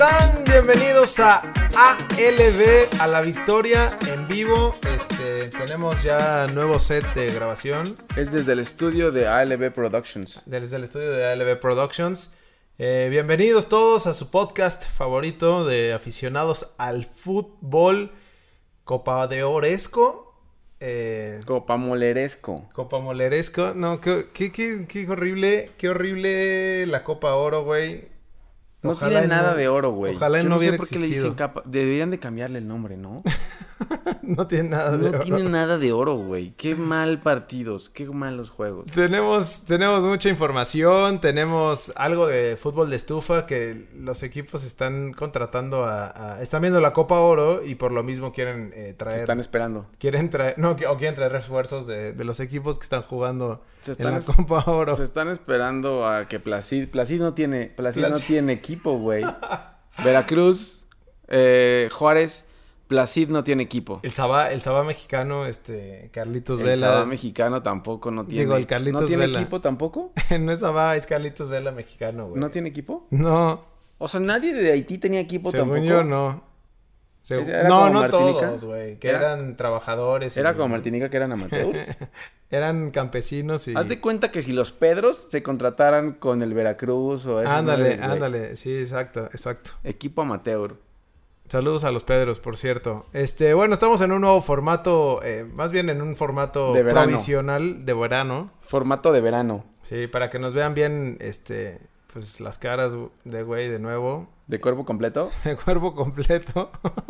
están? Bienvenidos a ALB, a la victoria en vivo. Tenemos ya nuevo set de grabación. Es desde el estudio de ALB Productions. Desde el estudio de ALB Productions. Bienvenidos todos a su podcast favorito de aficionados al fútbol. Copa de Oresco. Copa Moleresco. Copa Moleresco. No, qué horrible la Copa Oro, güey. No tiene nada de oro, güey. Ojalá no hubiera por qué le existido. dicen capa. Deberían de cambiarle el nombre, ¿no? No tiene nada de oro. No tiene nada de oro, güey. Qué mal partidos, qué malos juegos. Tenemos mucha información, tenemos algo de fútbol de estufa que los equipos están contratando están viendo la Copa Oro y por lo mismo quieren traer... Se están esperando. Quieren traer refuerzos de los equipos que están jugando en la es- Copa Oro. Se están esperando a que Placid no tiene equipo, güey. Veracruz, Juárez, Placid no tiene equipo. El Sabá mexicano, Carlitos El Vela. Sabá mexicano tampoco no tiene. Digo, el Carlitos ¿No tiene Vela. equipo tampoco? No es Sabá, es Carlitos Vela mexicano, güey. ¿No tiene equipo? No, O sea, nadie de Haití tenía equipo según tampoco. yo no. ¿Era No, como no Martinica? todos, güey. Que ¿Era? eran trabajadores. Era como Martinica, que eran amateurs. Eran campesinos y... Haz de cuenta que si los Pedros se contrataran con el Veracruz o esos Ándale, güey. ándale. Sí, exacto. Equipo amateur. Saludos a los Pedros, por cierto. Bueno, estamos en un nuevo formato, más bien en un formato De verano. provisional de verano. Formato de verano. Sí, para que nos vean bien, pues las caras de güey de nuevo. ¿De cuerpo completo? De cuerpo completo.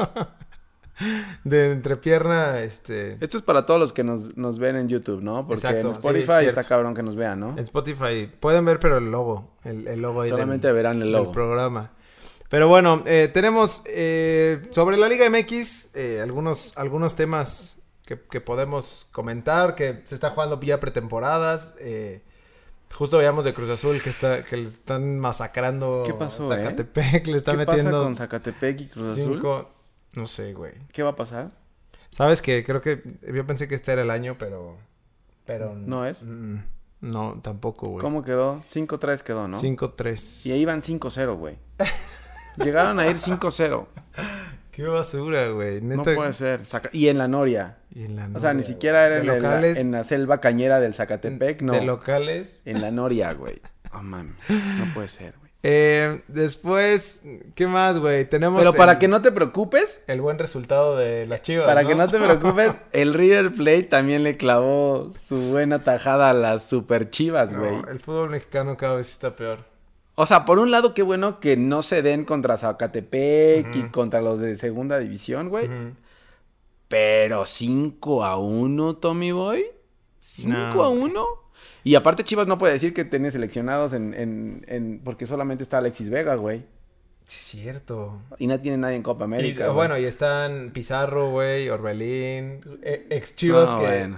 De entrepierna, Esto es para todos los que nos ven en YouTube, ¿no? Porque Exacto, en sí, Spotify es está cierto. cabrón que nos vean, ¿no? En Spotify. Pueden ver, pero el logo. El logo ahí Solamente verán el logo. del programa. Pero bueno, tenemos sobre la Liga MX algunos temas que podemos comentar, que se está jugando ya pretemporadas. Justo veíamos de Cruz Azul que le están masacrando. ¿Qué pasó, Zacatepec, le está ¿Qué metiendo pasa con Zacatepec y Cruz Azul? No sé, güey. ¿Qué va a pasar? ¿Sabes qué? Creo que yo pensé que este era el año, pero ¿No es? No, tampoco, güey. ¿Cómo quedó? 5-3 quedó, ¿no? 5-3. Y ahí van 5-0, güey. Llegaron a ir 5-0. Qué basura, güey. No Neta. puede ser. Y en la Noria. Y en la O sea, ni Noria, siquiera era güey. De locales, en la selva cañera del Zacatepec, no. De locales. En la Noria, güey. Oh, mames. No puede ser, güey. Después, ¿qué más, güey? Tenemos Pero para que no te preocupes, el buen resultado de las Chivas, para que no te preocupes, el River Plate también le clavó su buena tajada a las super Chivas, No, güey. el fútbol mexicano cada vez está peor. O sea, por un lado, qué bueno que no se den contra Zacatepec y Ujú. contra los de segunda división, güey. Ujú. Pero 5-1, Tommy Boy. No, ¿5-1? Y aparte Chivas no puede decir que tiene seleccionados porque solamente está Alexis Vega, güey. Sí, es cierto. Y no tiene nadie en Copa América, Y, güey. bueno, y están Pizarro, güey, Orbelín, ex Chivas No, que, bueno.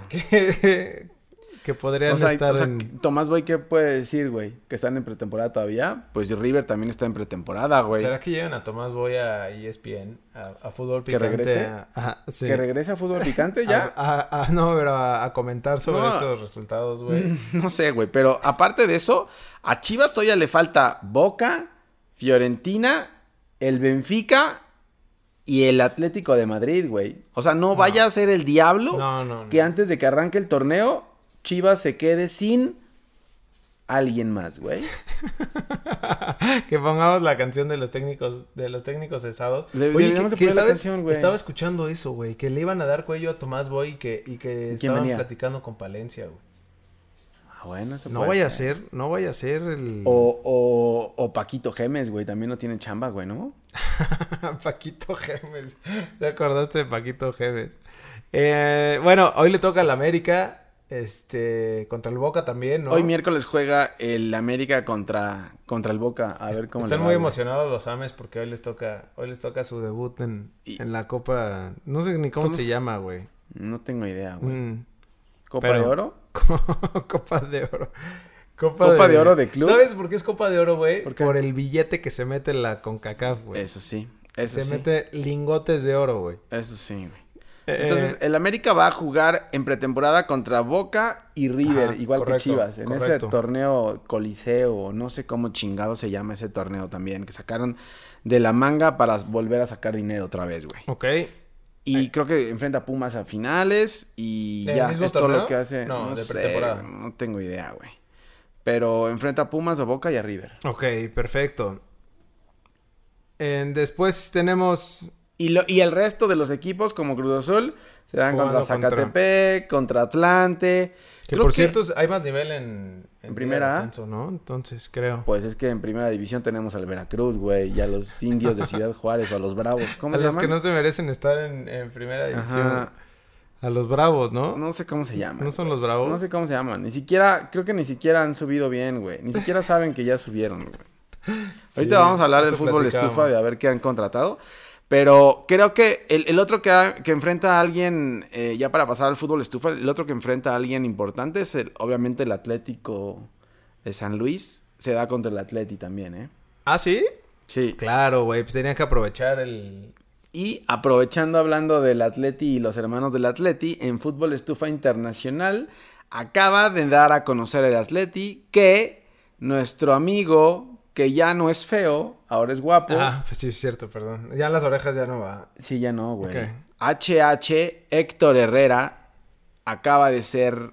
que podrían O sea, estar Tomás Boy, ¿qué puede decir, güey? ¿Que están en pretemporada todavía? Pues River también está en pretemporada, güey. ¿Será que llegan a Tomás Boy a ESPN, a Fútbol ¿Que Picante? regrese? Ajá, sí. ¿Que regrese a Fútbol Picante ya? No, pero a comentar sobre No. estos resultados, güey. No sé, güey. Pero aparte de eso, a Chivas todavía le falta Boca, Fiorentina, el Benfica y el Atlético de Madrid, güey. O sea, no vaya a ser el diablo No. que antes de que arranque el torneo, Chivas se quede sin alguien más, güey. Que pongamos la canción de los técnicos cesados. Deberíamos de poner la canción, güey. Estaba escuchando eso, güey, que le iban a dar cuello a Tomás Boy y que estaban venía? platicando con Palencia, güey. Ah, bueno, eso No puede vaya a ser el O Paquito Gemes, güey. También no tiene chamba, güey, ¿no? Paquito Gemes. ¿Te acordaste de Paquito Gemes? Bueno, hoy le toca al América, contra el Boca también, ¿no? Hoy miércoles juega el América contra el Boca. A ver cómo Están le va, muy güey. emocionados los Ames porque hoy les toca su debut en la Copa, no sé ni cómo se llama, güey. No tengo idea, güey. ¿Copa pero- de Oro? Copa de Oro. ¿Copa de Oro de club? ¿Sabes por qué es Copa de Oro, güey? ¿Por qué? Por el billete que se mete la CONCACAF, güey. Eso sí. Se mete lingotes de oro, güey. Eso sí, güey. Entonces, el América va a jugar en pretemporada contra Boca y River, Ajá, igual correcto, que Chivas. En correcto. ese torneo Coliseo, no sé cómo chingado se llama ese torneo también, que sacaron de la manga para volver a sacar dinero otra vez, güey. Ok. Y creo que enfrenta a Pumas a finales y ¿El ya mismo es todo torneo? lo que hace. No, de sé, pretemporada. no tengo idea, güey. Pero enfrenta a Pumas, a Boca y a River. Ok, perfecto. Después tenemos... Y el resto de los equipos, como Cruz Azul, se dan Jugando contra Zacatepec, contra Atlante. Que Creo por cierto, hay más nivel en primera A. Ascenso, ¿no? Entonces, creo. Pues es que en primera división tenemos al Veracruz, güey, y a los indios de Ciudad Juárez o a los Bravos. ¿Cómo A se los llaman? que no se merecen estar en primera división. Ajá. A los Bravos, ¿no? No sé cómo se llaman. ¿No son los Bravos? No sé cómo se llaman. Ni siquiera, creo que ni siquiera han subido bien, güey. Ni siquiera saben que ya subieron, güey. Sí, Ahorita vamos a hablar del eso fútbol estufa, platicábamos. de a ver qué han contratado. Pero creo que el otro que enfrenta a alguien, ya para pasar al fútbol estufa, el otro que enfrenta a alguien importante es obviamente el Atlético de San Luis. Se da contra el Atleti también, ¿eh? ¿Ah, sí? Sí. Claro, güey. Pues tenían que aprovechar el... Y aprovechando hablando del Atleti y los hermanos del Atleti, en Fútbol Estufa Internacional acaba de dar a conocer el Atleti que nuestro amigo, que ya no es feo, ahora es guapo. Ah, pues sí, es cierto, perdón. Ya en las orejas ya no va. Sí, ya no, güey. Ok. HH Héctor Herrera acaba de ser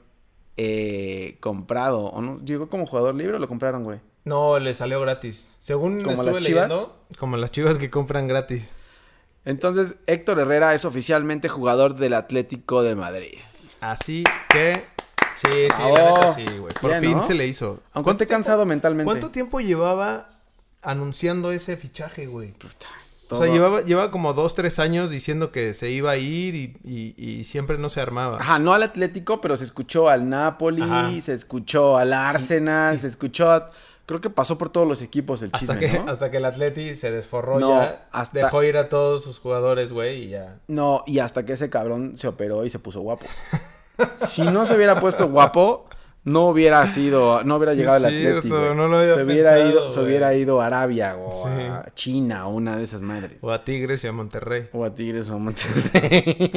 comprado. ¿O no? ¿Llegó como jugador libre o lo compraron, güey? No, le salió gratis. Según ¿Como estuve las Chivas? leyendo, como las Chivas que compran gratis. Entonces, Héctor Herrera es oficialmente jugador del Atlético de Madrid. Así que... Sí, sí, Oh, la neta sí, güey. Por bien, fin ¿no? se le hizo. Aunque esté cansado mentalmente. ¿Cuánto tiempo llevaba anunciando ese fichaje, güey? Puta, O sea, todo. lleva como 2-3 años diciendo que se iba a ir y siempre no se armaba. Ajá, no al Atlético, pero se escuchó al Napoli, Ajá. se escuchó al Arsenal, y- se escuchó a... Creo que pasó por todos los equipos el Hasta chisme, que, ¿no? hasta que el Atleti se desforró No, ya. hasta- Dejó ir a todos sus jugadores, güey, y ya. No, y hasta que ese cabrón se operó y se puso guapo. Si no se hubiera puesto guapo, no hubiera llegado al Atlético. cierto, no lo había se pensado, hubiera güey. ido a Arabia o Sí. a China o una de esas madres. O a Tigres y a Monterrey. O a Tigres o a Monterrey.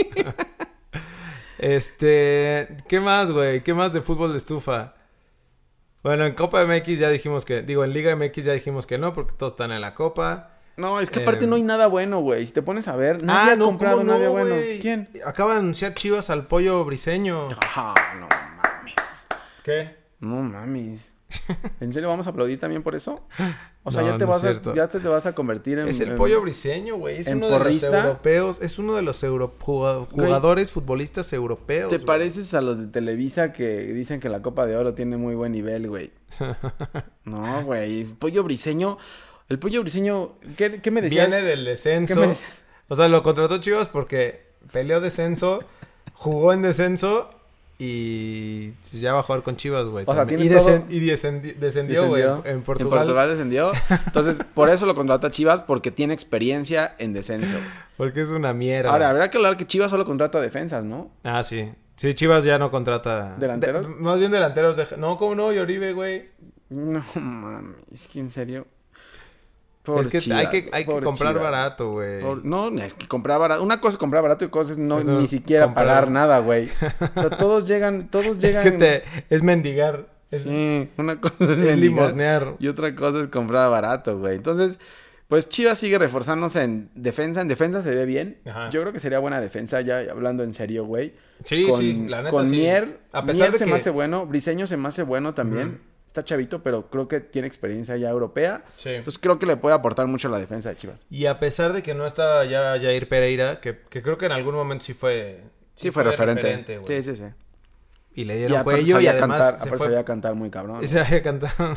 ¿Qué más, güey? ¿Qué más de fútbol de estufa? Bueno, en Copa MX ya dijimos que... Digo, en Liga MX ya dijimos que no, porque todos están en la Copa. No, es que aparte no hay nada bueno, güey. Si te pones a ver, nadie Ah, ha no, comprado ¿cómo no, nadie bueno. güey? ¿Quién? Acaba de anunciar Chivas al Pollo Briseño. Ajá, no mames. ¿Qué? No mames. ¿En serio vamos a aplaudir también por eso? O sea, No, ya te no es vas cierto. ya te vas a convertir en... Es el Pollo Briseño, güey. Es en uno de los porrista. europeos. Es uno de los jugadores futbolistas europeos. Te güey. pareces a los de Televisa que dicen que la Copa de Oro tiene muy buen nivel, güey. No, güey. El Pollo Briseño... El Pollo Briseño... ¿Qué me decías? Viene del ¿Qué descenso. me decías? O sea, lo contrató Chivas porque peleó descenso, jugó en descenso y pues ya va a jugar con Chivas, güey. O sea, también. tiene Y, todo- descendió, güey, en Portugal. En Portugal descendió. Entonces, por eso lo contrata Chivas, porque tiene experiencia en descenso. Porque es una mierda. Ahora, habrá que hablar que Chivas solo contrata defensas, ¿no? Ah, sí. Sí, Chivas ya no contrata... ¿Delanteros? Más bien delanteros. No, ¿cómo no? Y Oribe, güey. No mames, es que en serio. Es que hay que comprar barato, güey. No, es que comprar barato. Una cosa es comprar barato y cosa es no Eso ni es siquiera comprar. pagar nada, güey. O sea, todos llegan. Es que es mendigar. Sí, una cosa es Es mendigar limosnear. y otra cosa es comprar barato, güey. Entonces, pues Chivas sigue reforzándose en defensa. En defensa se ve bien. Ajá. Yo creo que sería buena defensa, ya hablando en serio, güey. Sí, Con, sí, la neta con sí. Mier, A pesar Mier de se que... me hace bueno, Briseño se me hace bueno también. Ujú. Está chavito, pero creo que tiene experiencia ya europea. Sí. Entonces creo que le puede aportar mucho a la defensa de Chivas. Y a pesar de que no está ya Jair Pereira, que creo que en algún momento sí fue... Sí, fue referente. güey. Sí, sí, sí. Y le Y dieron aparte cuello y sabía además cantar, se aparte fue... sabía cantar muy cabrón. Y se había cantado.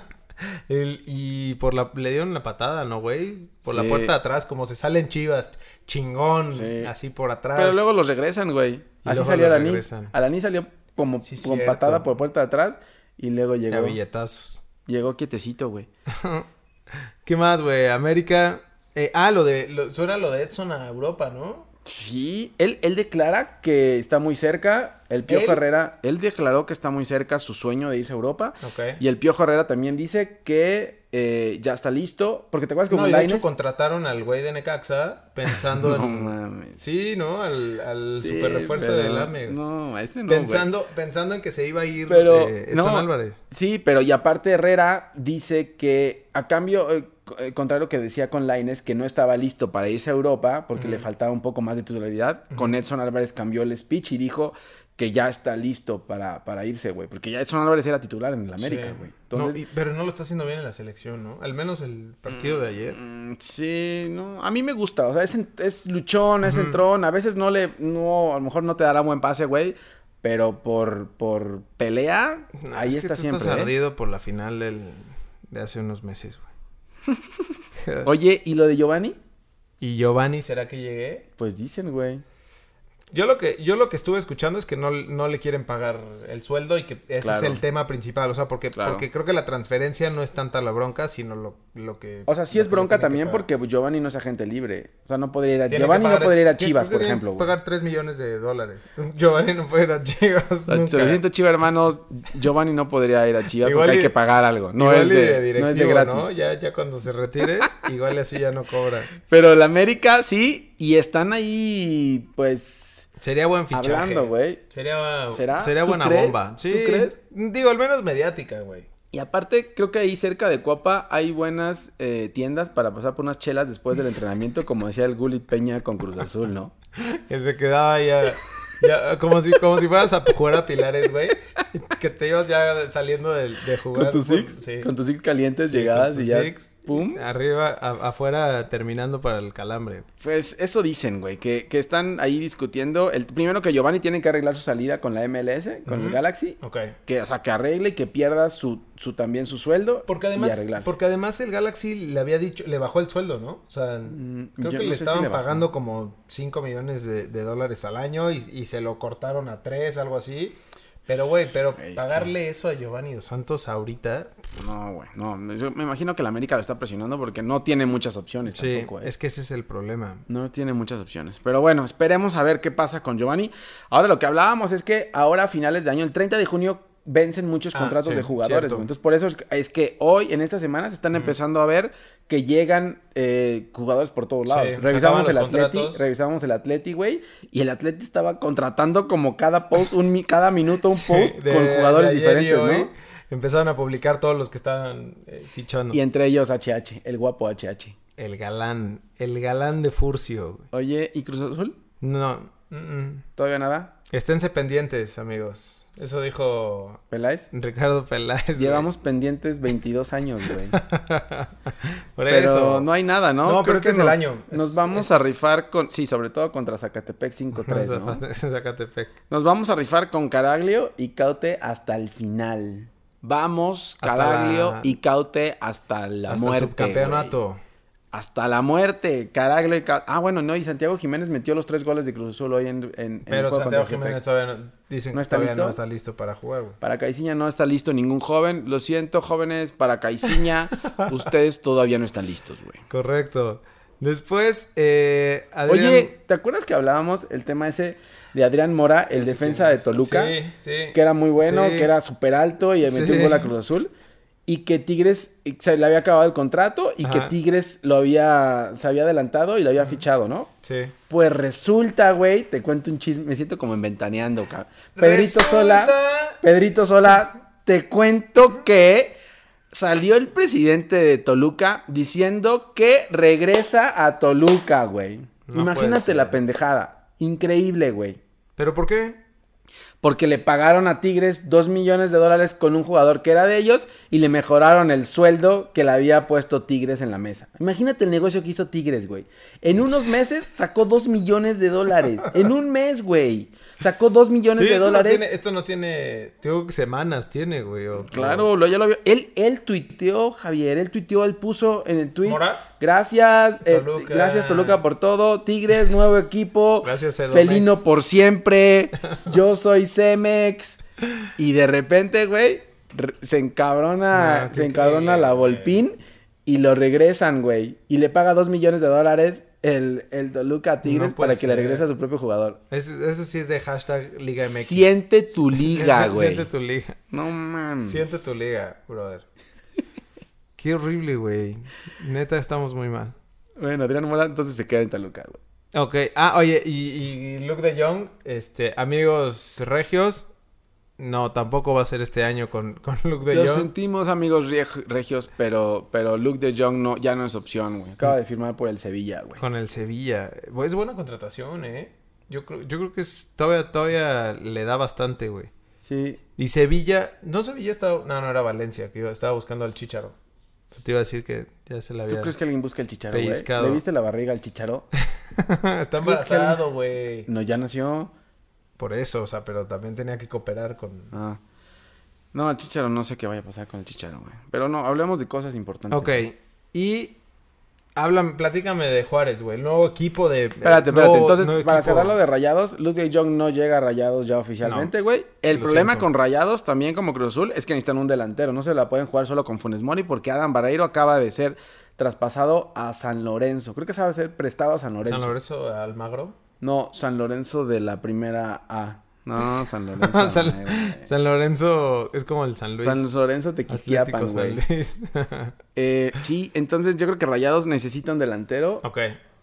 Y le dieron la patada, ¿no, güey? Por la Sí. puerta de atrás, como se salen Chivas, chingón, Sí. así por atrás. Pero luego los regresan, güey. Y Así luego salió los Alanis. regresan. Alanis salió como Sí, con cierto. patada por puerta de atrás y luego A llegó. billetazos. Llegó quietecito, güey. ¿Qué más, güey? América... eso era lo de Edson a Europa, ¿no? Sí, él declara que está muy cerca. El Piojo Herrera, él declaró que está muy cerca su sueño de irse a Europa. Ok. Y el Piojo Herrera también dice que ya está listo. Porque te acuerdas que No, y de Lainez... hecho contrataron al güey de Necaxa pensando No en... mames. Sí, ¿no? Al Sí, super refuerzo pero... del AME. No, a este no, güey. Pensando en que se iba a ir Pero, Edson Álvarez. Sí, pero y aparte Herrera dice que a cambio, contrario a lo que decía con Lainez, que no estaba listo para irse a Europa porque le faltaba un poco más de titularidad, con Edson Álvarez cambió el speech y dijo que ya está listo para irse, güey. Porque ya Edson Álvarez era titular en el América, Sí. güey. Entonces, Pero no lo está haciendo bien en la selección, ¿no? Al menos el partido de ayer. sí, no, a mí me gusta, o sea, es luchón, es entrón, a veces no, a lo mejor no te dará buen pase, güey. Pero por pelea, ahí es que está tú siempre. Estás ardido por la final de hace unos meses, güey. Oye, ¿y lo de Giovanni? ¿Y Giovanni será que llegué? Pues dicen, güey. Yo lo que estuve escuchando es que no le quieren pagar el sueldo y que ese Claro. es el tema principal. O sea, porque creo que la transferencia no es tanta la bronca, sino lo que... O sea, sí lo es que le bronca tienen que también pagar. porque Giovanni no es agente libre. O sea, no podría ir a... Tiene Giovanni que no pagar- podría ir a creo Chivas, que por tiene ejemplo, que güey. pagar $3 millones. Giovanni no puede ir a Chivas nunca. Se lo siento, Chiva, hermanos. Giovanni no podría ir a Chivas Igual porque y- hay que pagar algo. No Igual es y de, no directivo, es de gratis. ¿no? Ya cuando se retire, igual así ya no cobra. Pero la América sí. Y están ahí, pues... Sería buen fichaje. Hablando, güey. Sería ¿Tú buena crees? bomba. Sí. ¿Tú crees? Digo, al menos mediática, güey. Y aparte, creo que ahí cerca de Cuapa hay buenas tiendas para pasar por unas chelas después del entrenamiento, como decía el Gullit Peña con Cruz Azul, ¿no? Que se quedaba ya como si fueras a jugar a Pilares, güey. Que te ibas ya saliendo de jugar. Con tus six, Sí. con tus six calientes Sí, llegabas con y tus ya, six, pum. Arriba, afuera, terminando para el calambre. Pues eso dicen, güey, que están ahí discutiendo. Primero que Giovanni tiene que arreglar su salida con la MLS, con el Galaxy. Ok. Que, o sea, que arregle y que pierda también su sueldo Porque y arreglarse. además el Galaxy le había dicho, le bajó el sueldo, ¿no? O sea, creo yo que no le sé si estaban le bajó. pagando como $5 millones de dólares al año y se lo cortaron a 3, algo así. Pero, güey, Es pagarle eso a Giovanni Dos Santos ahorita... No, güey, no. Yo me imagino que la América lo está presionando porque no tiene muchas opciones Sí, tampoco, es que ese es el problema. No tiene muchas opciones. Pero bueno, esperemos a ver qué pasa con Giovanni. Ahora lo que hablábamos es que ahora a finales de año, el 30 de junio, vencen muchos contratos sí, de jugadores. cierto. Güey. Entonces, por eso es que hoy, en esta semana, se están empezando a ver que llegan jugadores por todos lados. Sí, Revisamos se acaban los contratos. revisamos el Atleti, güey. Y el Atleti estaba contratando como cada post, cada minuto un post con jugadores de ayer y diferentes, hoy ¿no? Empezaron a publicar todos los que estaban fichando. Y entre ellos HH, el guapo HH. El galán de Furcio. Güey. Oye, ¿y Cruz Azul? No, ¿Todavía nada? esténse pendientes, amigos. Eso dijo ¿Peláez? Ricardo Peláez. güey. Llevamos pendientes 22 años, güey. Por Pero eso. no hay nada, ¿no? No, pero Creo este que es el año. Nos vamos a rifar con... Sí, sobre todo contra Zacatepec 5-3, ¿no? Es en Zacatepec. Nos vamos a rifar con Caraglio y Caute hasta el final. Vamos, Hasta Caraglio la- y Caute hasta la Hasta muerte, el subcampeonato. güey. Hasta la muerte. Caraglio y Caute... Ah, bueno, no. Y Santiago Jiménez metió los 3 goles de Cruz Azul hoy en el Pero juego Santiago contra Zacatepec. Jiménez todavía no, dicen ¿No que está todavía listo? no está listo para jugar, güey. Para Caiciña no está listo ningún joven. Lo siento, jóvenes. Para Caiciña, ustedes todavía no están listos, güey. Correcto. Después, Adrián... Oye, ¿te acuerdas que hablábamos el tema ese de Adrián Mora, el Ese defensa quién de es. Toluca? Sí. Que era muy bueno, Sí. que era súper alto y metió un Sí. gol a Cruz Azul. Y que Tigres se le había acabado el contrato y que Ajá. Tigres se había adelantado y lo había fichado, ¿no? Sí. Pues resulta, güey, te cuento un chisme, me siento como en Ventaneando, cabrón. Pedrito Sola, te cuento que salió el presidente de Toluca diciendo que regresa a Toluca, güey. No puede Imagínate ser. la pendejada. Increíble, güey. ¿Pero por qué? Porque le pagaron a Tigres $2 millones con un jugador que era de ellos y le mejoraron el sueldo que le había puesto Tigres en la mesa. Imagínate el negocio que hizo Tigres, güey. En unos meses sacó $2 millones. En un mes, güey. Sacó $2 millones. Esto no tiene... Tengo que semanas tiene, güey. Claro, ya lo vio. Él tuiteó, Javier. Él puso en el tweet. ¿Mora? Gracias, Toluca. gracias Toluca por todo. Tigres, nuevo equipo. Gracias, Edomex. Felino por siempre. Yo soy Cemex. Y de repente, güey, se encabrona No, qué la increíble, Volpín y lo regresan, güey. Y le paga $2 millones el Toluca a Tigres No puede para que le ser. regrese a su propio jugador. Eso sí es de hashtag Liga MX. Siente tu liga, güey. Siente tu liga. No mames. Siente tu liga, brother. Qué horrible, güey. Neta, estamos muy mal. Bueno, Adrián Mola entonces se queda en Toluca, güey. Ok. Oye, y Luke de Jong, amigos regios, no, tampoco va a ser este año con Luke de Lo Jong. sentimos, amigos regios, pero Luke de Jong ya no es opción, güey. Acaba de firmar por el Sevilla, güey. Con el Sevilla. Es buena contratación, ¿eh? Yo creo que todavía le da bastante, güey. Sí. Y Sevilla... No, Sevilla estaba... No, era Valencia, que estaba buscando al Chícharo. Te iba a decir que ya se la había... ¿Tú crees que alguien busca el Chicharo, güey? pellizcado. ¿Le viste la barriga al Chicharo? Está embarazado, güey. No, ya nació. Por eso, o sea, pero también tenía que cooperar con... Ah. No, el Chicharo no sé qué vaya a pasar con el Chicharo, güey. Pero no, hablemos de cosas importantes. Ok. Y... platícame de Juárez, güey. El nuevo equipo de... Espérate. Entonces, nuevo para equipo- cerrar lo de Rayados, Luke de Jong no llega a Rayados ya oficialmente, güey. El lo problema siento. con Rayados, también como Cruz Azul, es que necesitan un delantero. No se la pueden jugar solo con Funes Mori porque Adam Barreiro acaba de ser traspasado a San Lorenzo. Creo que sabe ser prestado a San Lorenzo. San Lorenzo Almagro. No, San Lorenzo de la primera A. No, San Lorenzo. San, güey. San Lorenzo es como el San Luis. San Lorenzo Tequisquiapan, Atlético güey. San Luis. Sí, entonces yo creo que Rayados necesita un delantero Ok.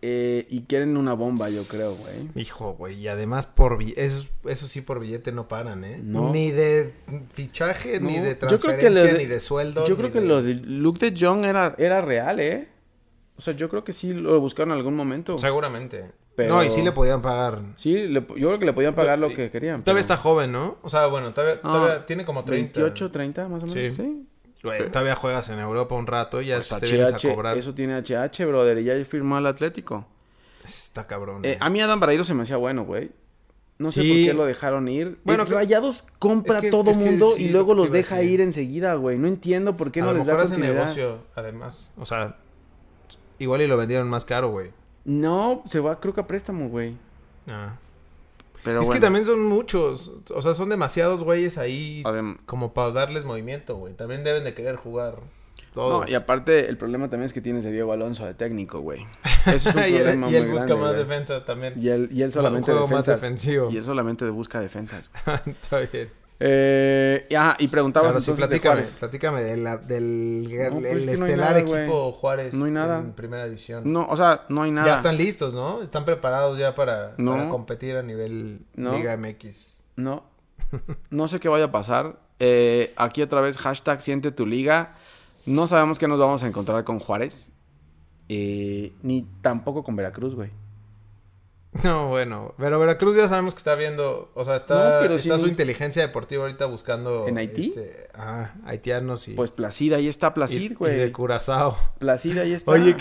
y quieren una bomba, yo creo, güey. Hijo, güey. Y además eso sí por billete no paran, ¿eh? No. Ni de fichaje, ni No. de Yo creo que transferencia, ni de sueldo. Yo creo que lo de Luke de Jong era real, ¿eh? O sea, yo creo que sí lo buscaron en algún momento. Seguramente. Pero- No, y sí le podían pagar. Sí, yo creo que le podían pagar lo que querían. Todavía pero- está joven, ¿no? O sea, bueno, todavía tiene como 30. 28, 30 más o menos, Sí. sí. Güey, todavía juegas en Europa un rato y ya Pues te vienes a HH, cobrar. eso tiene HH, brother, y ya firmó al Atlético. Está cabrón. A mí Adam Barreiro se me hacía bueno, güey. No sé Sí. por qué lo dejaron ir. Bueno, Rayados compra es que- todo es que mundo sí, y luego lo que los te iba a deja decir. ir enseguida, güey. No entiendo por qué a no lo les da mejor hace continuidad. negocio, además. O sea, igual y lo vendieron más caro, güey. No, se va creo que a préstamo, güey. Ah. Pero Es bueno. que también son muchos. O sea, son demasiados güeyes ahí Adem- como para darles movimiento, güey. También deben de querer jugar todo. No, y aparte el problema también es que tienes a Diego Alonso de técnico, güey. Ese es un y él, problema y muy él busca grande, más güey. defensa también. Y él solamente Un juego más defensas. defensivo. Y él solamente busca defensas. Está bien. Y preguntabas Ahora sí, entonces de platícame, Juárez. platícame del No, pues el es que no hay estelar nada, güey. equipo Juárez No hay nada. en primera división. No, o sea, no hay nada. Ya están listos, ¿no? Están preparados ya para No. competir a nivel No. Liga MX. No. No sé qué vaya a pasar. Aquí otra vez, hashtag siente tu liga. No sabemos qué nos vamos a encontrar con Juárez. Ni tampoco con Veracruz, güey. No, bueno. Pero Veracruz ya sabemos que está viendo... O sea, está, No, pero está sí. su inteligencia deportiva ahorita buscando... ¿En Haití? Haitianos y... Pues Placid, ahí está Placid, y de güey. Curazao. Placid, ahí está. Oye,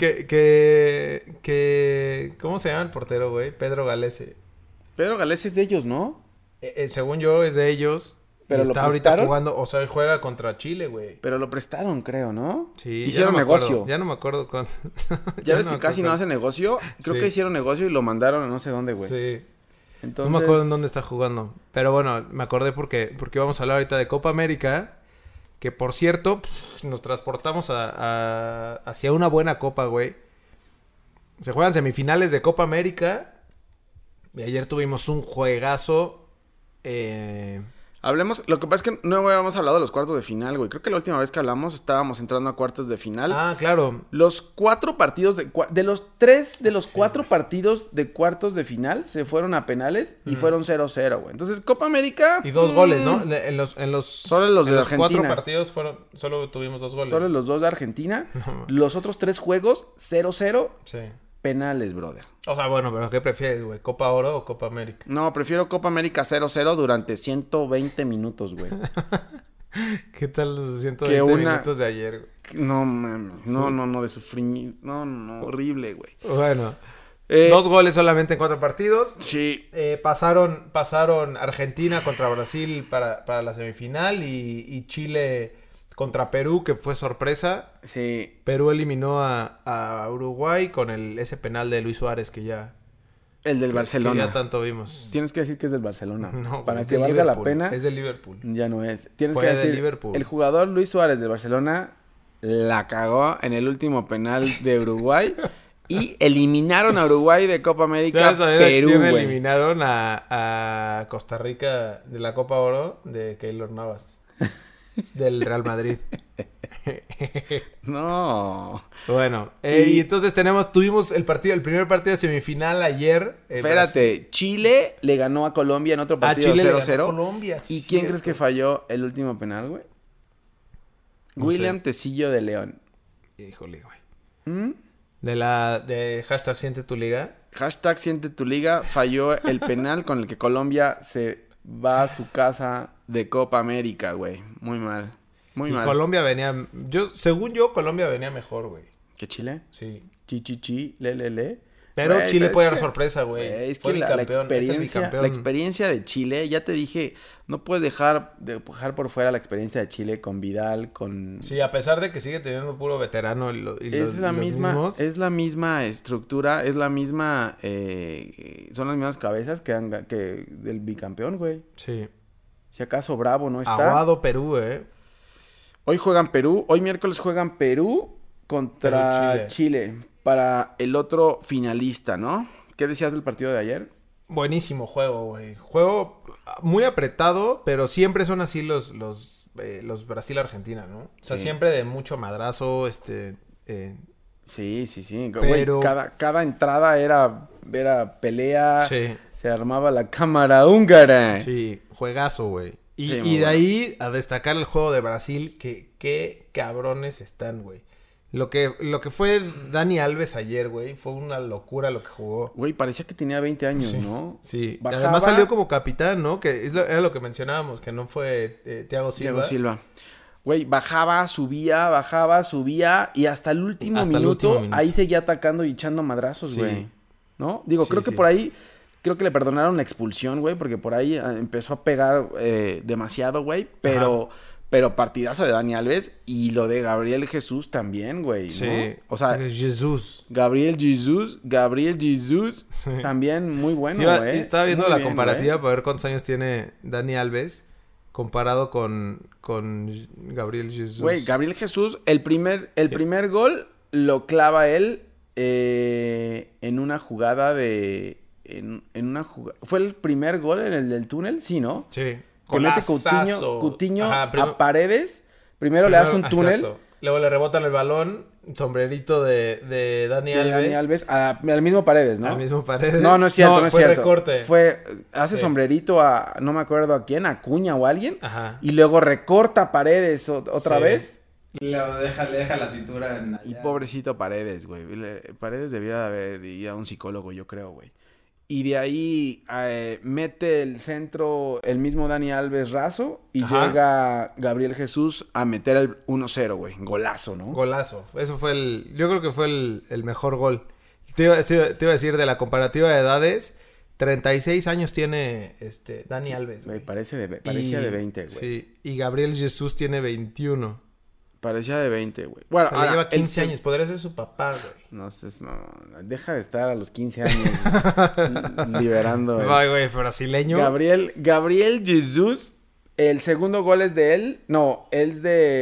¿cómo se llama el portero, güey? Pedro Galese. Pedro Galés es de ellos, ¿no? Según yo, es de ellos. ¿Pero Y lo está ahorita prestaron? jugando... O sea, juega contra Chile, güey. Pero lo prestaron, creo, ¿no? Sí. Hicieron ya no me acuerdo, negocio. ya no me acuerdo con... Ya ves no me que casi acuerdo no hace negocio. Creo Sí. que hicieron negocio y lo mandaron a no sé dónde, güey. Sí. Entonces... No me acuerdo en dónde está jugando. Pero bueno, me acordé porque vamos a hablar ahorita de Copa América. Que por cierto, nos transportamos hacia una buena copa, güey. Se juegan semifinales de Copa América. Y ayer tuvimos un juegazo. Hablemos, lo que pasa es que no habíamos hablado de los cuartos de final, güey. Creo que la última vez que hablamos estábamos entrando a cuartos de final. Ah, claro. Los 4 partidos de los 3 de los Sí, 4 güey. partidos de cuartos de final se fueron a penales y fueron 0-0, güey. Entonces, Copa América... Y 2 goles, ¿no? Solo los de los Argentina. 4 partidos solo tuvimos 2 goles. Solo los 2 de Argentina. No, Los otros 3 juegos, 0-0, sí. penales, brother. O sea, bueno, pero ¿qué prefieres, güey? ¿Copa Oro o Copa América? No, prefiero Copa América 0-0 durante 120 minutos, güey. ¿Qué tal los 120 Que una- minutos de ayer, güey? No, mames. No, de sufrimiento. No, horrible, güey. Bueno, Eh, 2 goles solamente en 4 partidos. Sí. Pasaron Argentina contra Brasil para la semifinal y Chile contra Perú, que fue sorpresa. Sí. Perú eliminó a Uruguay con ese penal de Luis Suárez que ya, El del que Barcelona. ya tanto vimos. Tienes que decir que es del Barcelona. No, Para es que de valga la Liverpool, pena, Es de Liverpool. ya no es. Tienes Fue que de decir, Liverpool. el jugador Luis Suárez del Barcelona la cagó en el último penal de Uruguay Y eliminaron a Uruguay de Copa América. ¿Sabes a Perú, quién güey. eliminaron a Costa Rica de la Copa Oro? De Keylor Navas. Del Real Madrid. No. Bueno, y entonces tuvimos el primer partido de semifinal ayer. Espérate, Chile le ganó a Colombia en otro partido Chile 0-0. le ganó a Colombia, sí, ¿Y quién cierto. crees que falló el último penal, güey? No William sé. Tecillo de León. Híjole, güey. ¿Mm? De hashtag siente tu liga. Hashtag siente tu liga. Falló el penal con el que Colombia se va a su casa de Copa América, güey. Muy mal. Muy Y mal. Colombia venía... Según yo, Colombia venía mejor, güey. ¿Qué Chile? Sí. Chi, le. Pero Güey, Chile pero puede es dar que- sorpresa, güey. Es Fue que el la campeón, es el bicampeón. experiencia de Chile, ya te dije, no puedes dejar por fuera la experiencia de Chile con Vidal, con... Sí, a pesar de que sigue teniendo puro veterano y Es la los misma, mismos. es la misma estructura, es la misma, son las mismas cabezas que del bicampeón, güey. Sí. Si acaso Bravo no está. Aguado Perú, Hoy juegan Perú, hoy miércoles juegan Perú contra Perú, Chile para el otro finalista, ¿no? ¿Qué decías del partido de ayer? Buenísimo juego, güey. Juego muy apretado, pero siempre son así los Brasil-Argentina, ¿no? O sea, Sí. siempre de mucho madrazo, Sí. Pero- Güey, cada entrada era pelea. Sí. Se armaba la cámara húngara. Sí, juegazo, güey. Y, Sí, y muy de bueno. ahí a destacar el juego de Brasil, que qué cabrones están, güey. Lo que fue Dani Alves ayer, güey, fue una locura lo que jugó. Güey, parecía que tenía 20 años, Sí, ¿no? sí. Bajaba- Además salió como capitán, ¿no? Que era lo que mencionábamos, que no fue Thiago Silva. Thiago Silva. Güey, bajaba, subía y hasta el último Hasta el minuto, último minuto. ahí seguía atacando y echando madrazos, Sí. güey. ¿No? Digo, Sí, creo que sí. por ahí, creo que le perdonaron la expulsión, güey, porque por ahí empezó a pegar demasiado, güey, pero partidazo de Dani Alves y lo de Gabriel Jesús también, güey, ¿no? Sí. O sea, Jesús. Gabriel Jesús Sí. también muy bueno, güey. Estaba viendo Muy la bien, comparativa güey. para ver cuántos años tiene Dani Alves comparado con Gabriel Jesús. Güey, Gabriel Jesús, el primer gol lo clava él en una jugada de... ¿Fue el primer gol en el del túnel? Sí, ¿no? Sí. Que mete Coutinho a Paredes. Primero le hace un túnel. Exacto. Luego le rebotan el balón, sombrerito de Dani de Alves. Dani Alves al mismo Paredes, ¿no? Al mismo Paredes. No es cierto, no es fue cierto. recorte. Hace Sí. sombrerito a, no me acuerdo a quién, a Cuña o a alguien. Ajá. Y luego recorta Paredes otra Sí. vez. Le deja la cintura en Y pobrecito Paredes, güey. Paredes debiera de haber ido a un psicólogo, yo creo, güey. Y de ahí mete el centro el mismo Dani Alves raso y Ajá. llega Gabriel Jesús a meter el 1-0, güey. Golazo, ¿no? Golazo. Eso fue yo creo que fue el mejor gol. Te iba a decir de la comparativa de edades. 36 años tiene Dani Alves, Güey, güey. parecía de 20, güey. Sí, y Gabriel Jesús tiene 21. Parecía de 20, güey. Bueno, O sea, le lleva 15 años. Podría ser su papá, güey. No sé, deja de estar a los 15 años liberando. Ay, güey, brasileño. Gabriel Jesús, el segundo gol es de él. No, es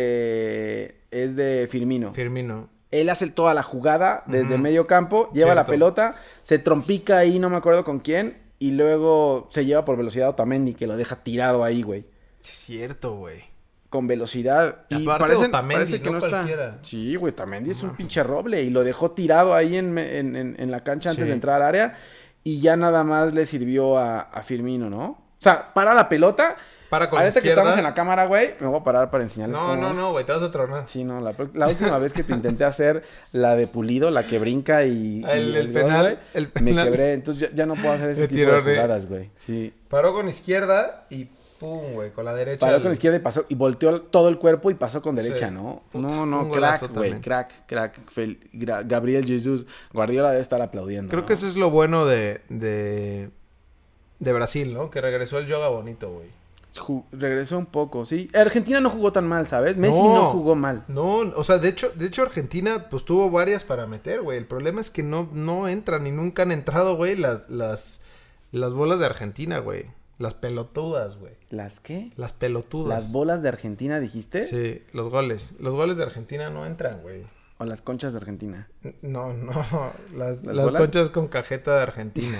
de Firmino. Firmino. Él hace toda la jugada desde Ujú. medio campo, lleva la Cierto. pelota, se trompica ahí, no me acuerdo con quién, y luego se lleva por velocidad a Otamendi, que lo deja tirado ahí, güey. Sí, es cierto, güey. Con velocidad. Y Y aparte parece Otamendi, que no no cualquiera. está. Sí, güey, Otamendi es un mames. pinche roble. Y lo dejó tirado ahí en la cancha antes Sí. de entrar al área. Y ya nada más le sirvió a Firmino, ¿no? O sea, para la pelota. Para con la Parece que izquierda. estamos en la cámara, güey. Me voy a parar para enseñarles cómo es. No, güey, te vas a tronar. Sí, no, la última vez que te intenté hacer la de Pulido, la que brinca y El gol, penal, güey, el me penal. quebré. Entonces ya no puedo hacer ese Me tipo de tiró, jugadas, güey. Sí. Paró con izquierda y pum, güey, con la derecha. Paró con la izquierda y pasó, y volteó todo el cuerpo y pasó con Sí. derecha, ¿no? Puta, fue No, un golazo crack, güey, también. crack. Gabriel Jesús, Guardiola debe estar aplaudiendo. Creo ¿no? que eso es lo bueno de Brasil, ¿no? Que regresó el yoga bonito, güey. Regresó un poco, sí. Argentina no jugó tan mal, ¿sabes? Messi no jugó mal. No, o sea, de hecho Argentina pues tuvo varias para meter, güey. El problema es que no entran y nunca han entrado, güey, las bolas de Argentina, güey. Las pelotudas, güey. ¿Las qué? Las pelotudas. ¿Las bolas de Argentina dijiste? Sí, los goles. Los goles de Argentina no entran, güey. ¿O las conchas de Argentina? No, las bolas? conchas con cajeta de Argentina.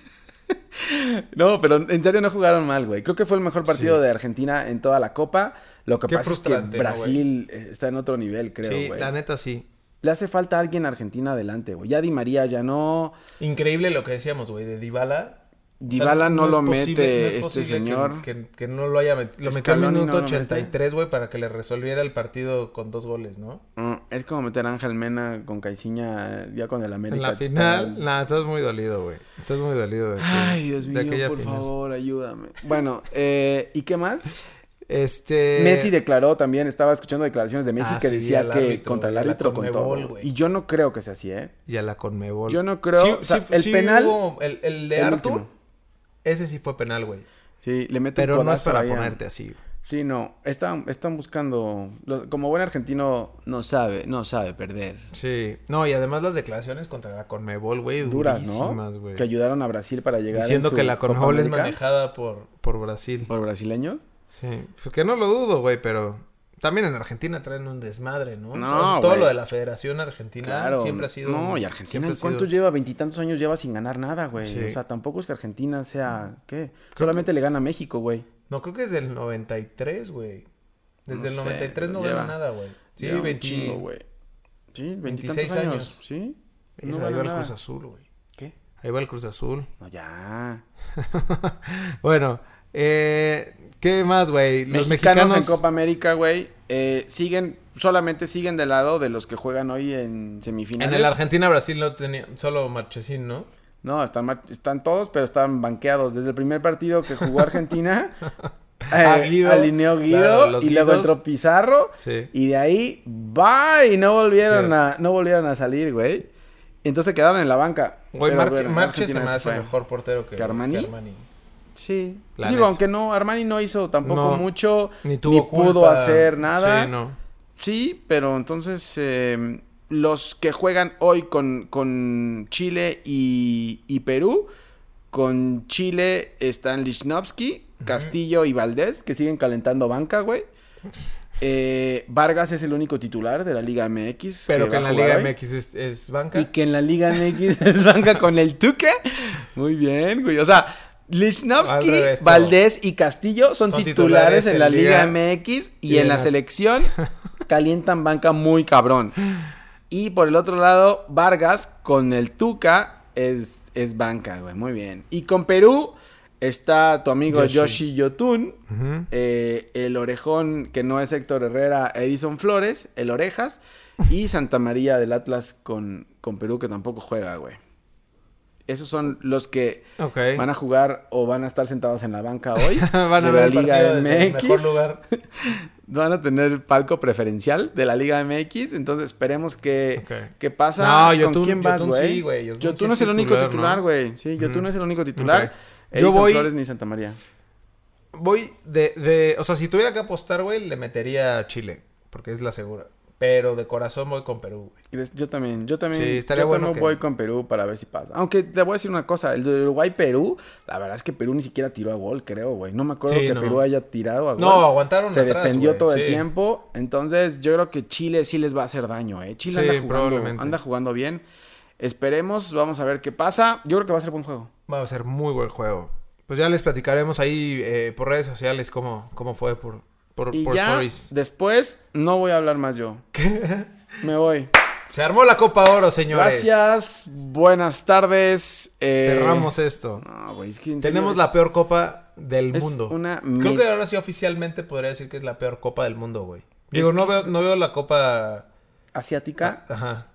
No, pero en serio no jugaron mal, güey. Creo que fue el mejor partido Sí. de Argentina en toda la Copa. Lo que Qué pasa es que frustrante, ¿no, Brasil está en otro nivel, creo, Sí, güey. la neta sí. Le hace falta alguien a Argentina adelante, güey. Ya Di María ya no. Increíble lo que decíamos, güey, de Dybala. Dybala no lo es posible- mete no es este posible señor. Que no lo haya metido. Lo metió en Scaloni minuto no lo 83, güey, para que le resolviera el partido con 2 goles, ¿no? Es como meter a Ángel Mena con Caixinha ya con el América. En la final, nada, estás muy dolido, güey. Estás muy dolido de Ay, Dios mío, aquella por final. favor, ayúdame. Bueno, ¿y qué más? Este... Messi declaró también, estaba escuchando declaraciones de Messi Ah, que sí, decía al que árbitro, contra el güey, a la árbitro con Conmebol, todo. güey. Y yo no creo que sea así, ¿eh? Y a la Conmebol. Yo no creo, o sea, el penal- hubo- el de el Arthur, último. ese sí fue penal, güey. Sí, le mete un Pero no es codazo para ahí a- ponerte así, güey. Sí, no, están buscando, como buen argentino no sabe perder. Sí. No, y además las declaraciones contra la Conmebol, güey, Duras, ¿no? durísimas, güey. Que ayudaron a Brasil para llegar Diciendo en su que la Copa Conmebol es América manejada por Brasil. por brasileños. Sí. Pues que no lo dudo, güey, pero... También en Argentina traen un desmadre, ¿no? No, O sea, todo güey. lo de la Federación Argentina Claro. siempre ha sido... No, y Argentina, siempre ha sido- ¿cuántos lleva? Veintitantos años lleva sin ganar nada, güey. Sí. O sea, tampoco es que Argentina sea, ¿qué? Solamente le gana a México, güey. No, creo que es del 93, güey. Desde No el sé, 93 no lleva- gana nada, güey. Sí, Lleva un 20... chingo, güey. Sí, 26 veintitantos años. años. Sí. Ahí No va gana el nada. Cruz Azul, güey. ¿Qué? Ahí va el Cruz Azul. No, ya. Bueno, ¿qué más, güey? Los Mexicanos mexicanos... en Copa América, güey, solamente siguen del lado de los que juegan hoy en semifinales. En el Argentina-Brasil no tenía... Solo Marchesín, ¿no? No, están todos, pero están banqueados. Desde el primer partido que jugó Argentina, Guido. alineó Guido Claro, los y luego Guidos. entró Pizarro. Sí. Y de ahí, bye, no volvieron Cierto. a salir, güey. Entonces quedaron en la banca. Güey, Pero, bueno, Marche se Argentina me se hace fue. mejor portero que ¿Armani? Armani. Sí. La Digo, neta. aunque no, Armani no hizo tampoco No, mucho, Ni tuvo pudo culpa. hacer nada. Sí, no. Sí, pero entonces los que juegan hoy con Chile y Perú, con Chile están Lichnowsky, Castillo y Valdés, que siguen calentando banca, güey. Vargas es el único titular de la Liga MX. Pero que va en a la jugar Liga hoy. MX es banca. Y que en la Liga MX es banca con el Tuca. Muy bien, güey. O sea, Al Lichnowsky, revés, todo. Valdés y Castillo son titulares en la Liga MX y en la selección calientan banca muy cabrón. Y por el otro lado, Vargas con el Tuca es banca, güey. Muy bien. Y con Perú está tu amigo Yoshi Yotun, Ujú. el orejón que no es Héctor Herrera, Edison Flores, el Orejas, y Santa María del Atlas con Perú que tampoco juega, güey. Esos son los que Ok. van a jugar o van a estar sentados en la banca hoy Van a de ver la el Liga partido desde el MX. mejor lugar. Van a tener palco preferencial de la Liga MX, entonces esperemos Ok. que pasa. No, ¿Con Yotun- quién vas, Yotun güey? sí, güey. Yotun Yotun sí es el único titular, ¿no? güey. Sí, Yotun Ujú. es el único titular. Ok. Edison Yo voy- Flores ni Santa María. Voy o sea, si tuviera que apostar, güey, le metería a Chile. Porque es la segura. Pero de corazón voy con Perú, güey. Yo también. Sí, estaría bueno también que- voy con Perú para ver si pasa. Aunque te voy a decir una cosa, el de Uruguay-Perú, la verdad es que Perú ni siquiera tiró a gol, creo, güey. No me acuerdo Sí, que no. Perú haya tirado a gol. No, aguantaron Se atrás, defendió güey, todo el sí. tiempo. Entonces, yo creo que Chile sí les va a hacer daño, Chile Sí, anda probablemente. jugando bien. Esperemos, vamos a ver qué pasa. Yo creo que va a ser buen juego. Va a ser muy buen juego. Pues ya les platicaremos ahí por redes sociales cómo fue por Y por ya, stories. después, no voy a hablar más yo. Me voy. Se armó la Copa Oro, señores. Gracias, buenas tardes. Cerramos esto. No, güey, es que en Tenemos serio la peor Copa del es mundo. una Creo que ahora sí oficialmente podría decir que es la peor Copa del mundo, güey. Digo, Es que no veo la Copa... asiática. Ajá.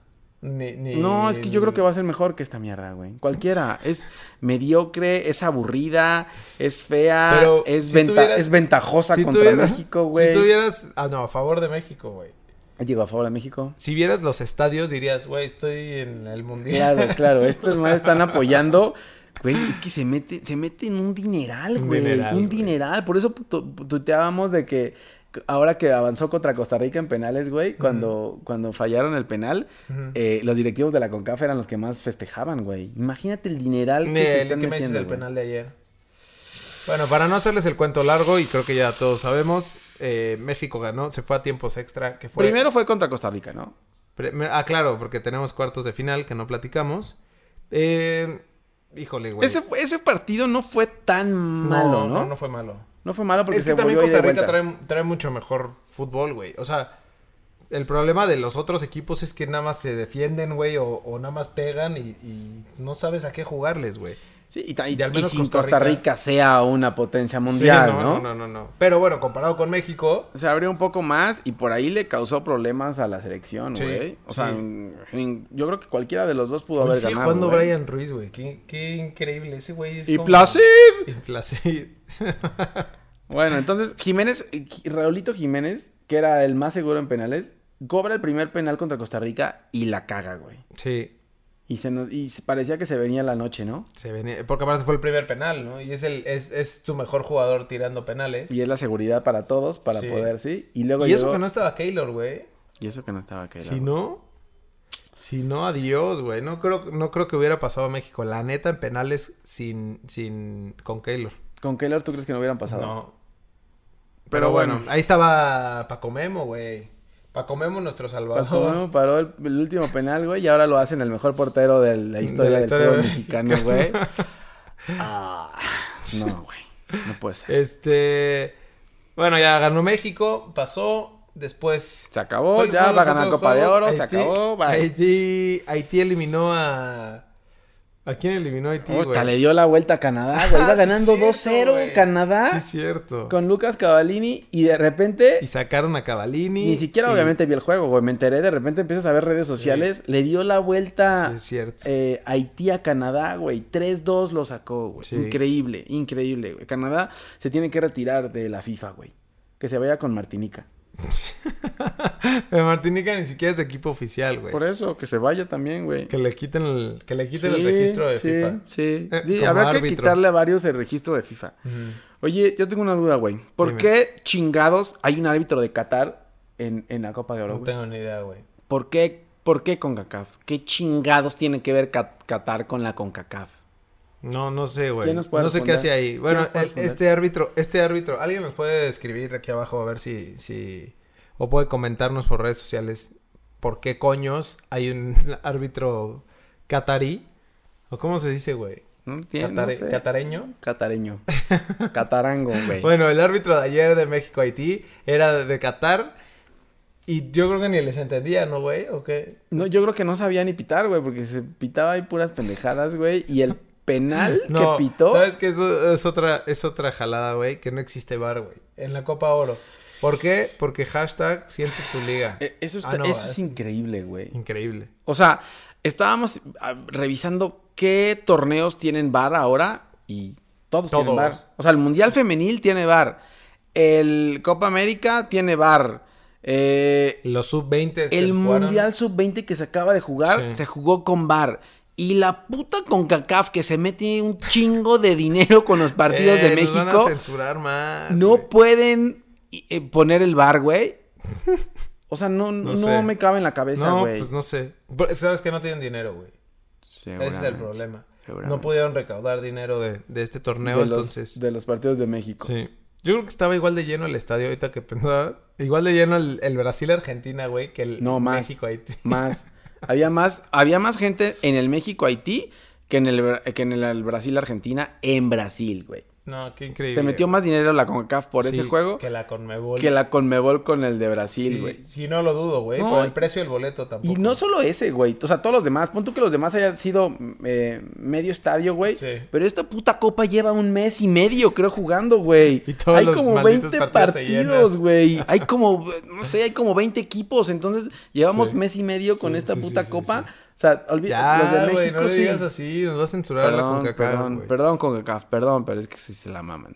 No, es que yo creo que va a ser mejor que esta mierda, güey. Cualquiera. Es mediocre, es aburrida, es fea, Pero es, si tuvieras- es ventajosa si contra tuvieras- México, güey. Si tuvieras... Ah, no, a favor de México, güey. Llegó a favor de México. Si vieras los estadios dirías, güey, estoy en el Mundial. Claro. Estos madres están apoyando. Güey, es que se mete en un dineral, Un güey. dineral, Un güey. dineral. Por eso tuiteábamos de que ahora que avanzó contra Costa Rica en penales, güey, cuando fallaron el penal, Ujú. los directivos de la CONCACAF eran los que más festejaban, güey. Imagínate el dineral que se están ¿Qué me dices metiendo, del güey. penal de ayer? Bueno, para no hacerles el cuento largo, y creo que ya todos sabemos, México ganó, se fue a tiempos extra, que fue... Primero fue contra Costa Rica, ¿no? Claro, porque tenemos cuartos de final que no platicamos. Híjole, güey. Ese partido no fue tan malo, ¿no? No fue malo. No fue malo porque es que también Costa Rica trae mucho mejor fútbol, güey. O sea, el problema de los otros equipos es que nada más se defienden, güey, o nada más pegan y no sabes a qué jugarles, güey. Sí, y al menos sin Costa Rica sea una potencia mundial, sí, no. Pero bueno, comparado con México... Se abrió un poco más y por ahí le causó problemas a la selección, güey. O sea, yo creo que cualquiera de los dos pudo haber ganado, jugando Brian Ruiz, güey. Qué increíble. Ese güey es ¡Y Placid! Y Placid. Bueno, entonces Raulito Jiménez, que era el más seguro en penales, cobra el primer penal contra Costa Rica y la caga, güey. Sí. Y parecía que se venía la noche, ¿no? Se venía, porque aparte fue el primer penal, ¿no? Y es tu mejor jugador tirando penales. Y es la seguridad para todos, para poder, ¿sí? Y luego eso que no estaba Keylor, güey. Si no, adiós, güey. No creo que hubiera pasado a México. La neta, en penales con Keylor. ¿Con Keylor tú crees que no hubieran pasado? No. Pero bueno, ahí estaba Paco Memo, güey. Paco Memo, nuestro salvador. Paco Memo paró el último penal, güey, y ahora lo hacen el mejor portero de la historia del fútbol mexicano, güey. No, güey. No puede ser. Bueno, ya ganó México, pasó, después... Se acabó, ya va a ganar Copa de Oro, se acabó, bye. Haití eliminó a... ¿A quién eliminó Haití, güey? Le dio la vuelta a Canadá, güey. Iba ganando 2-0 Canadá. Sí, es cierto. Con Lucas Cavallini y de repente... Y sacaron a Cavallini. Ni siquiera obviamente vi el juego, güey. Me enteré, de repente empiezas a ver redes sociales. Le dio la vuelta Haití a Canadá, güey. 3-2 lo sacó, güey. Sí. Increíble, güey. Canadá se tiene que retirar de la FIFA, güey. Que se vaya con Martinica. Pero Martinica ni siquiera es equipo oficial, güey. Por eso, que se vaya también, güey. Que le quiten el registro de FIFA. Sí, habrá que quitarle a varios el registro de FIFA. Oye, yo tengo una duda, güey. ¿Por qué chingados hay un árbitro de Qatar en la Copa de Oro, güey? No tengo ni idea, güey. ¿Por qué CONCACAF? ¿Qué chingados tiene que ver Qatar con la CONCACAF? No sé, güey. ¿Quién nos puede responder? Sé qué hace ahí. Bueno, este árbitro, alguien nos puede escribir aquí abajo a ver si o puede comentarnos por redes sociales por qué coños hay un árbitro catarí. ¿O cómo se dice, güey? No sé. ¿Catareño? Catareño. Catarango, güey. Bueno, el árbitro de ayer de México-Haití era de Qatar. Y yo creo que ni les entendía, ¿no, güey? ¿O qué? No, yo creo que no sabía ni pitar, güey, porque se pitaba ahí puras pendejadas, güey. Y el penal que pitó... ¿Sabes qué? Eso es otra jalada, güey, que no existe VAR, güey. En la Copa Oro. ¿Por qué? Porque hashtag siente tu liga. Eso es increíble, güey. Increíble. O sea, estábamos revisando qué torneos tienen VAR ahora y todos tienen VAR. O sea, el Mundial Femenil tiene VAR. El Copa América tiene VAR. Los sub-20. El Mundial sub-20 que se acaba de jugar, se jugó con VAR. Y la puta CONCACAF que se mete un chingo de dinero con los partidos de México. Nos van a censurar más. No pueden poner el VAR, güey. O sea, no me cabe en la cabeza, güey. No, pues no sé. Sabes que no tienen dinero, güey. Ese es el problema. No pudieron recaudar dinero de este torneo, entonces. De los partidos de México. Sí. Yo creo que estaba igual de lleno el estadio ahorita que pensaba. Igual de lleno el Brasil-Argentina, güey, que el México-Haití. Más. Había más gente en el México-Haití que en el Brasil-Argentina en Brasil, güey. No, qué increíble. Se metió más dinero la CONCACAF por ese juego que la Conmebol. Que la Conmebol con el de Brasil, güey. Sí, no lo dudo, güey. Por el precio del boleto tampoco. Y no solo ese, güey. O sea, todos los demás. Pon tú que los demás hayan sido medio estadio, güey. Sí. Pero esta puta copa lleva 1 mes y medio, creo, jugando, güey. Y todos hay como 20 partidos, güey. Hay como, no sé, hay como 20 equipos. Entonces, llevamos mes y medio con esta puta copa. Sí. O sea, olvídate, los de México, güey, no le digas así, nos va a censurar la CONCACAF, güey. Perdón, CONCACAF, perdón, pero es que sí se la maman.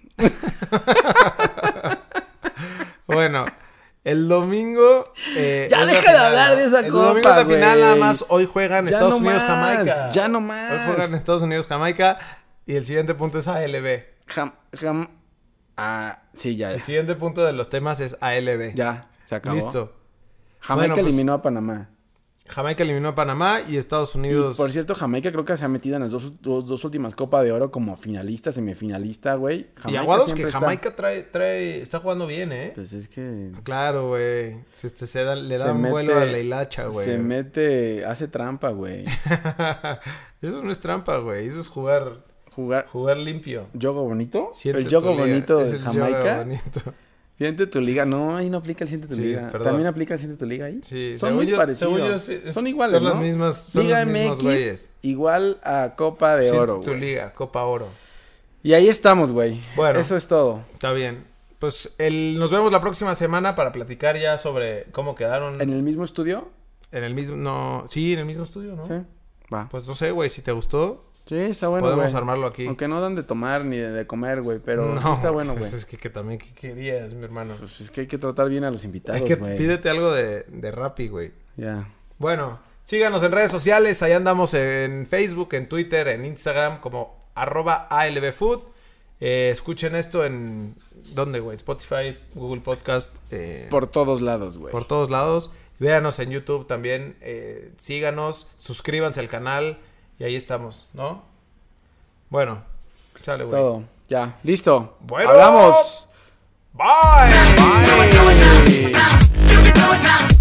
Bueno, el domingo... ya deja de hablar de esa copa, el domingo de la final nada más, hoy juegan Estados Unidos-Jamaica. Ya no más. Hoy juegan Estados Unidos-Jamaica y el siguiente punto es ALB. Sí, ya. El siguiente punto de los temas es ALB. Ya, se acabó. Listo. Jamaica eliminó a Panamá. Jamaica eliminó a Panamá y Estados Y, Unidos... por cierto, Jamaica creo que se ha metido en las dos últimas Copa de Oro como finalista, semifinalista, güey. Y aguados que siempre Jamaica está jugando bien, ¿eh? Pues es que... Claro, güey. Le da Se un mete- vuelo a la hilacha, güey. Se hace trampa, güey. Eso no es trampa, güey. Eso es jugar limpio. ¿Yogo bonito? Siente El yogo tu liga. bonito Es de el Jamaica. yoga bonito. Siente tu liga. No, ahí no aplica el siente tu Sí, liga. perdón. ¿También aplica el siente tu liga ahí? Sí, Son muy parecidos. según yo, sí, son iguales, son ¿no? las mismas, son Liga los mismos MX güeyes. igual a Copa de Siente Oro, tu güey. liga, Copa Oro. Y ahí estamos, güey. Bueno. Eso es todo. Está bien. Pues nos vemos la próxima semana para platicar ya sobre cómo quedaron ¿En el mismo estudio? en el mismo... No, sí, en el mismo estudio, ¿no? Sí. Va. Pues no sé, güey, si te gustó, Sí, está bueno, podemos güey. armarlo aquí. Aunque no dan de tomar ni de comer, güey. Pero sí está bueno, güey. Pues es que también, ¿qué querías, mi hermano? Pues es que hay que tratar bien a los invitados, Hay que güey. pídete algo de Rappi, güey. Ya. Bueno, síganos en redes sociales. Ahí andamos en Facebook, en Twitter, en Instagram como @ALBFood. Escuchen esto en... ¿Dónde, güey? Spotify, Google Podcast. Por todos lados, güey. Por todos lados. Véanos en YouTube también. Síganos, suscríbanse al canal. Y ahí estamos, ¿no? Bueno, sale, güey. Todo. Ya. Listo. Bueno. Hablamos. Bye. Bye.